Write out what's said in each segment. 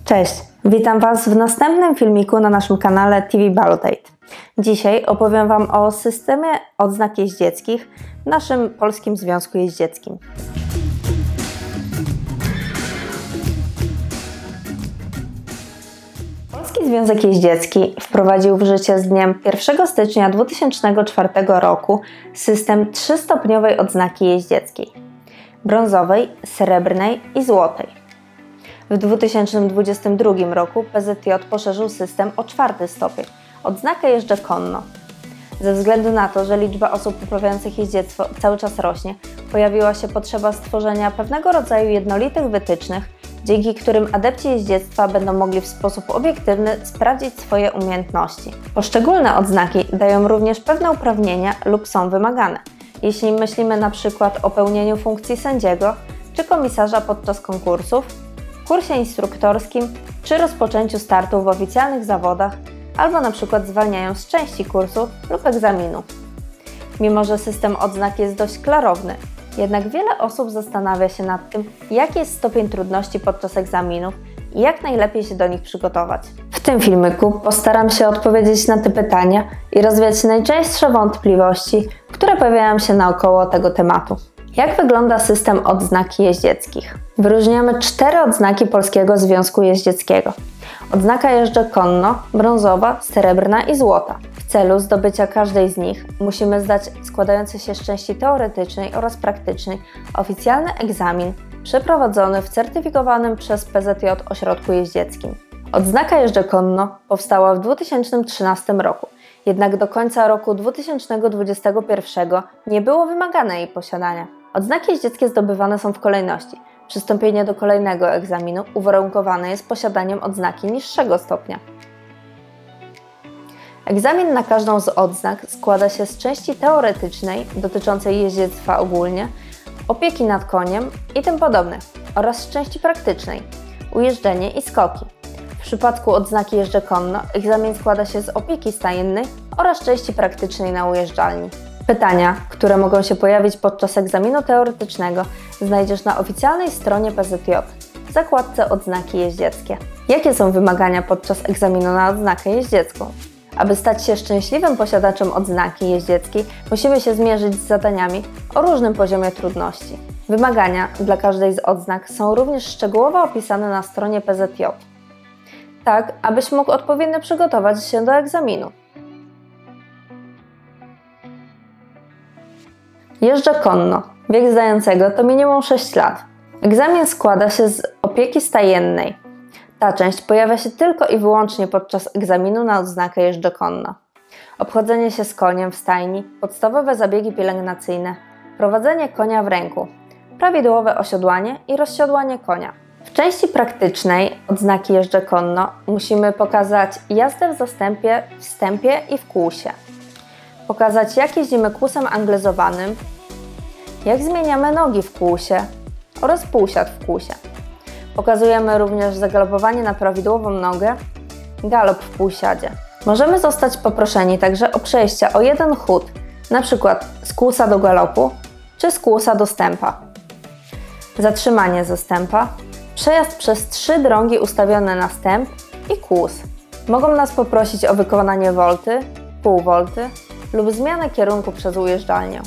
Cześć, witam Was w następnym filmiku na naszym kanale TV Balotate. Dzisiaj opowiem Wam o systemie odznak jeździeckich w naszym Polskim Związku Jeździeckim. Polski Związek Jeździecki wprowadził w życie z dniem 1 stycznia 2004 roku system trzystopniowej odznaki jeździeckiej: brązowej, srebrnej i złotej. W 2022 roku PZJ poszerzył system o 4. stopień, odznakę jeżdżę konno. Ze względu na to, że liczba osób uprawiających jeździectwo cały czas rośnie, pojawiła się potrzeba stworzenia pewnego rodzaju jednolitych wytycznych, dzięki którym adepci jeździectwa będą mogli w sposób obiektywny sprawdzić swoje umiejętności. Poszczególne odznaki dają również pewne uprawnienia lub są wymagane, jeśli myślimy np. o pełnieniu funkcji sędziego czy komisarza podczas konkursów, kursie instruktorskim czy rozpoczęciu startu w oficjalnych zawodach, albo np. zwalniają z części kursu lub egzaminu. Mimo że system odznak jest dość klarowny, jednak wiele osób zastanawia się nad tym, jaki jest stopień trudności podczas egzaminów i jak najlepiej się do nich przygotować. W tym filmiku postaram się odpowiedzieć na te pytania i rozwiać najczęstsze wątpliwości, które pojawiają się naokoło tego tematu. Jak wygląda system odznak jeździeckich? Wyróżniamy 4 odznaki Polskiego Związku Jeździeckiego. Odznaka jeżdżę konno, brązowa, srebrna i złota. W celu zdobycia każdej z nich musimy zdać składający się z części teoretycznej oraz praktycznej oficjalny egzamin przeprowadzony w certyfikowanym przez PZJ ośrodku jeździeckim. Odznaka jeżdżę konno powstała w 2013 roku, jednak do końca roku 2021 nie było wymagane jej posiadania. Odznaki jeździeckie zdobywane są w kolejności. Przystąpienie do kolejnego egzaminu uwarunkowane jest posiadaniem odznaki niższego stopnia. Egzamin na każdą z odznak składa się z części teoretycznej dotyczącej jeździectwa ogólnie, opieki nad koniem i tym podobnych, oraz z części praktycznej, ujeżdżenie i skoki. W przypadku odznaki jeżdżę konno egzamin składa się z opieki stajennej oraz części praktycznej na ujeżdżalni. Pytania, które mogą się pojawić podczas egzaminu teoretycznego, znajdziesz na oficjalnej stronie PZJ w zakładce Odznaki jeździeckie. Jakie są wymagania podczas egzaminu na odznakę jeździecką? Aby stać się szczęśliwym posiadaczem odznaki jeździeckiej, musimy się zmierzyć z zadaniami o różnym poziomie trudności. Wymagania dla każdej z odznak są również szczegółowo opisane na stronie PZJ, tak abyś mógł odpowiednio przygotować się do egzaminu. Jeżdżę konno. Wiek zdającego to minimum 6 lat. Egzamin składa się z opieki stajennej. Ta część pojawia się tylko i wyłącznie podczas egzaminu na odznakę jeżdżę konno. Obchodzenie się z koniem w stajni, podstawowe zabiegi pielęgnacyjne, prowadzenie konia w ręku, prawidłowe osiodłanie i rozsiodłanie konia. W części praktycznej odznaki jeżdżę konno musimy pokazać jazdę w zastępie, wstępie i w kłusie. Pokazać, jak jeździmy kłusem anglezowanym, jak zmieniamy nogi w kłusie oraz półsiad w kłusie. Pokazujemy również zagalopowanie na prawidłową nogę, galop w półsiadzie. Możemy zostać poproszeni także o przejście o jeden chód, np. z kłusa do galopu czy z kłusa do stępa. Zatrzymanie ze stępa, przejazd przez 3 drągi ustawione na stęp i kłus. Mogą nas poprosić o wykonanie wolty, pół wolty lub zmianę kierunku przez ujeżdżalnię.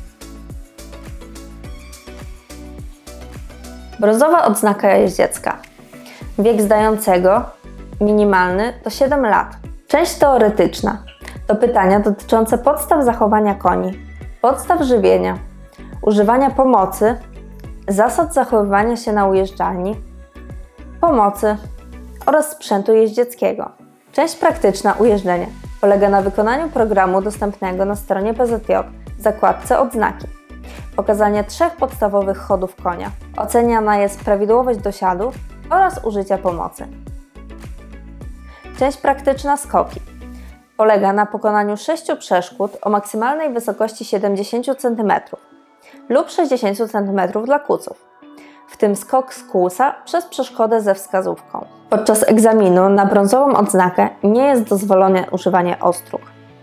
Brązowa odznaka jeździecka. Wiek zdającego minimalny to 7 lat. Część teoretyczna to pytania dotyczące podstaw zachowania koni, podstaw żywienia, używania pomocy, zasad zachowywania się na ujeżdżalni, pomocy oraz sprzętu jeździeckiego. Część praktyczna ujeżdżenia polega na wykonaniu programu dostępnego na stronie PZJ w zakładce Odznaki. Pokazanie 3 podstawowych chodów konia. Oceniana jest prawidłowość dosiadu oraz użycia pomocy. Część praktyczna skoki polega na pokonaniu 6 przeszkód o maksymalnej wysokości 70 cm lub 60 cm dla kuców, w tym skok z kłusa przez przeszkodę ze wskazówką. Podczas egzaminu na brązową odznakę nie jest dozwolone używanie ostróg.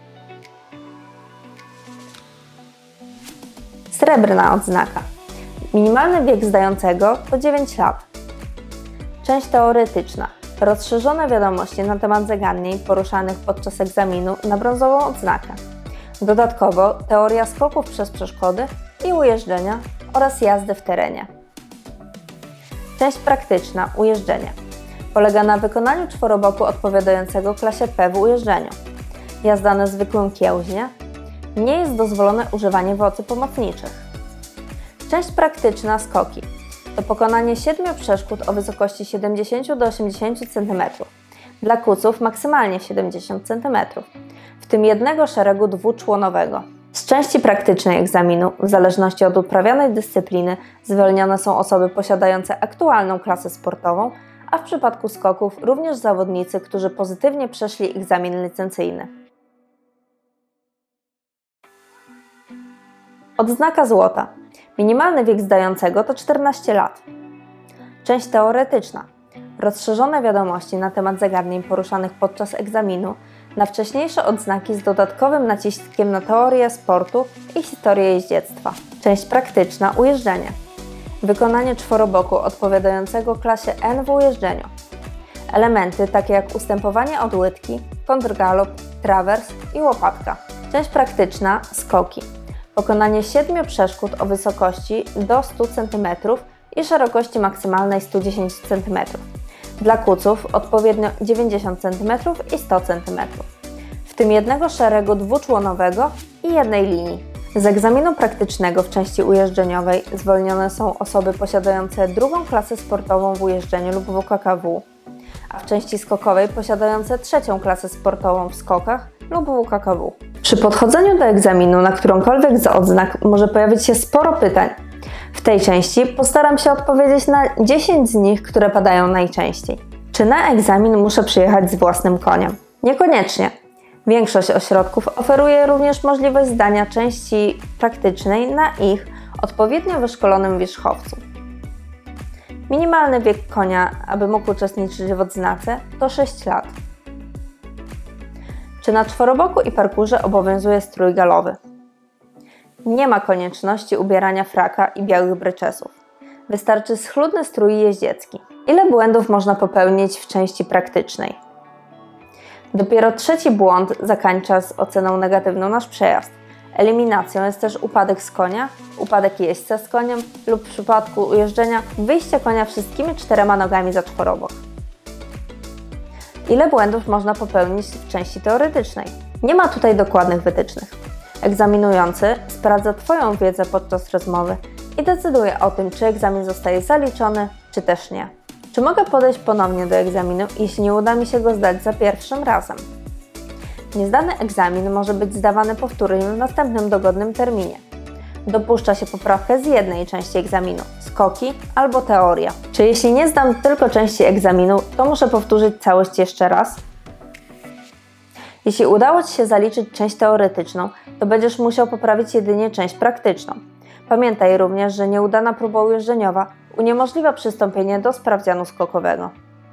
Srebrna odznaka. Minimalny wiek zdającego to 9 lat. Część teoretyczna rozszerzone wiadomości na temat zagadnień poruszanych podczas egzaminu na brązową odznakę. Dodatkowo teoria skoków przez przeszkody i ujeżdżenia oraz jazdy w terenie. Część praktyczna ujeżdżenie polega na wykonaniu czworoboku odpowiadającego klasie P w ujeżdżeniu. Jazda na zwykłym kiełźnie. Nie jest dozwolone używanie wocy pomocniczych. Część praktyczna skoki to pokonanie 7 przeszkód o wysokości 70 do 80 cm. Dla kuców maksymalnie 70 cm, w tym jednego szeregu dwuczłonowego. Z części praktycznej egzaminu, w zależności od uprawianej dyscypliny, zwolnione są osoby posiadające aktualną klasę sportową, a w przypadku skoków również zawodnicy, którzy pozytywnie przeszli egzamin licencyjny. Odznaka złota. Minimalny wiek zdającego to 14 lat. Część teoretyczna. Rozszerzone wiadomości na temat zagadnień poruszanych podczas egzaminu, na wcześniejsze odznaki z dodatkowym naciskiem na teorię sportu i historię jeździectwa. Część praktyczna ujeżdżenie. Wykonanie czworoboku odpowiadającego klasie N w ujeżdżeniu. Elementy takie jak ustępowanie od łydki, kontrgalop, trawers i łopatka. Część praktyczna skoki. Pokonanie 7 przeszkód o wysokości do 100 cm i szerokości maksymalnej 110 cm. Dla kuców odpowiednio 90 cm i 100 cm. W tym jednego szeregu dwuczłonowego i jednej linii. Z egzaminu praktycznego w części ujeżdżeniowej zwolnione są osoby posiadające drugą klasę sportową w ujeżdżeniu lub WKKW, a w części skokowej posiadające trzecią klasę sportową w skokach lub WKKW. Przy podchodzeniu do egzaminu na którąkolwiek z odznak może pojawić się sporo pytań. W tej części postaram się odpowiedzieć na 10 z nich, które padają najczęściej. Czy na egzamin muszę przyjechać z własnym koniem? Niekoniecznie. Większość ośrodków oferuje również możliwość zdania części praktycznej na ich odpowiednio wyszkolonym wierzchowcu. Minimalny wiek konia, aby mógł uczestniczyć w odznace, to 6 lat. Czy na czworoboku i parkurze obowiązuje strój galowy? Nie ma konieczności ubierania fraka i białych bryczesów. Wystarczy schludny strój jeździecki. Ile błędów można popełnić w części praktycznej? Dopiero trzeci błąd zakańcza z oceną negatywną nasz przejazd. Eliminacją jest też upadek z konia, upadek jeźdźca z koniem lub w przypadku ujeżdżenia wyjście konia wszystkimi 4 nogami za czworobok. Ile błędów można popełnić w części teoretycznej? Nie ma tutaj dokładnych wytycznych. Egzaminujący sprawdza Twoją wiedzę podczas rozmowy i decyduje o tym, czy egzamin zostaje zaliczony, czy też nie. Czy mogę podejść ponownie do egzaminu, jeśli nie uda mi się go zdać za pierwszym razem? Niezdany egzamin może być zdawany powtórnie w następnym dogodnym terminie. Dopuszcza się poprawkę z jednej części egzaminu, skoki albo teoria. Czy jeśli nie zdam tylko części egzaminu, to muszę powtórzyć całość jeszcze raz? Jeśli udało Ci się zaliczyć część teoretyczną, to będziesz musiał poprawić jedynie część praktyczną. Pamiętaj również, że nieudana próba ujeżdżeniowa uniemożliwia przystąpienie do sprawdzianu skokowego.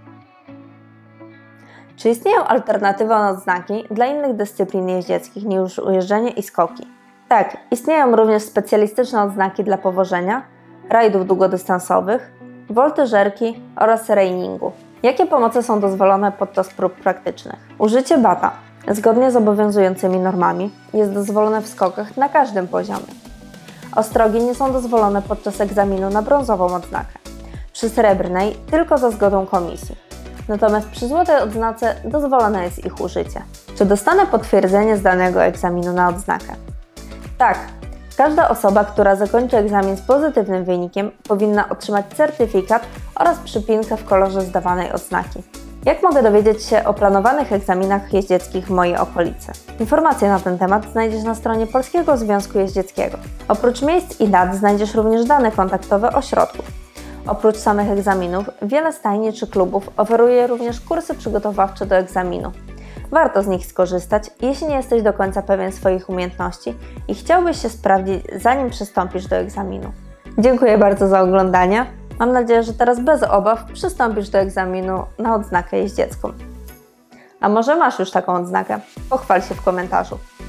Czy istnieją alternatywy odznaki dla innych dyscyplin jeździeckich niż ujeżdżenie i skoki? Tak, istnieją również specjalistyczne odznaki dla powożenia, rajdów długodystansowych, woltyżerki oraz reiningu. Jakie pomoce są dozwolone podczas prób praktycznych? Użycie bata, zgodnie z obowiązującymi normami, jest dozwolone w skokach na każdym poziomie. Ostrogi nie są dozwolone podczas egzaminu na brązową odznakę. Przy srebrnej tylko za zgodą komisji. Natomiast przy złotej odznace dozwolone jest ich użycie. Czy dostanę potwierdzenie z danego egzaminu na odznakę? Tak, każda osoba, która zakończy egzamin z pozytywnym wynikiem, powinna otrzymać certyfikat oraz przypinkę w kolorze zdawanej odznaki. Jak mogę dowiedzieć się o planowanych egzaminach jeździeckich w mojej okolicy? Informacje na ten temat znajdziesz na stronie Polskiego Związku Jeździeckiego. Oprócz miejsc i dat znajdziesz również dane kontaktowe ośrodków. Oprócz samych egzaminów, wiele stajni czy klubów oferuje również kursy przygotowawcze do egzaminu. Warto z nich skorzystać, jeśli nie jesteś do końca pewien swoich umiejętności i chciałbyś się sprawdzić, zanim przystąpisz do egzaminu. Dziękuję bardzo za oglądanie. Mam nadzieję, że teraz bez obaw przystąpisz do egzaminu na odznakę jeździecką. A może masz już taką odznakę? Pochwal się w komentarzu.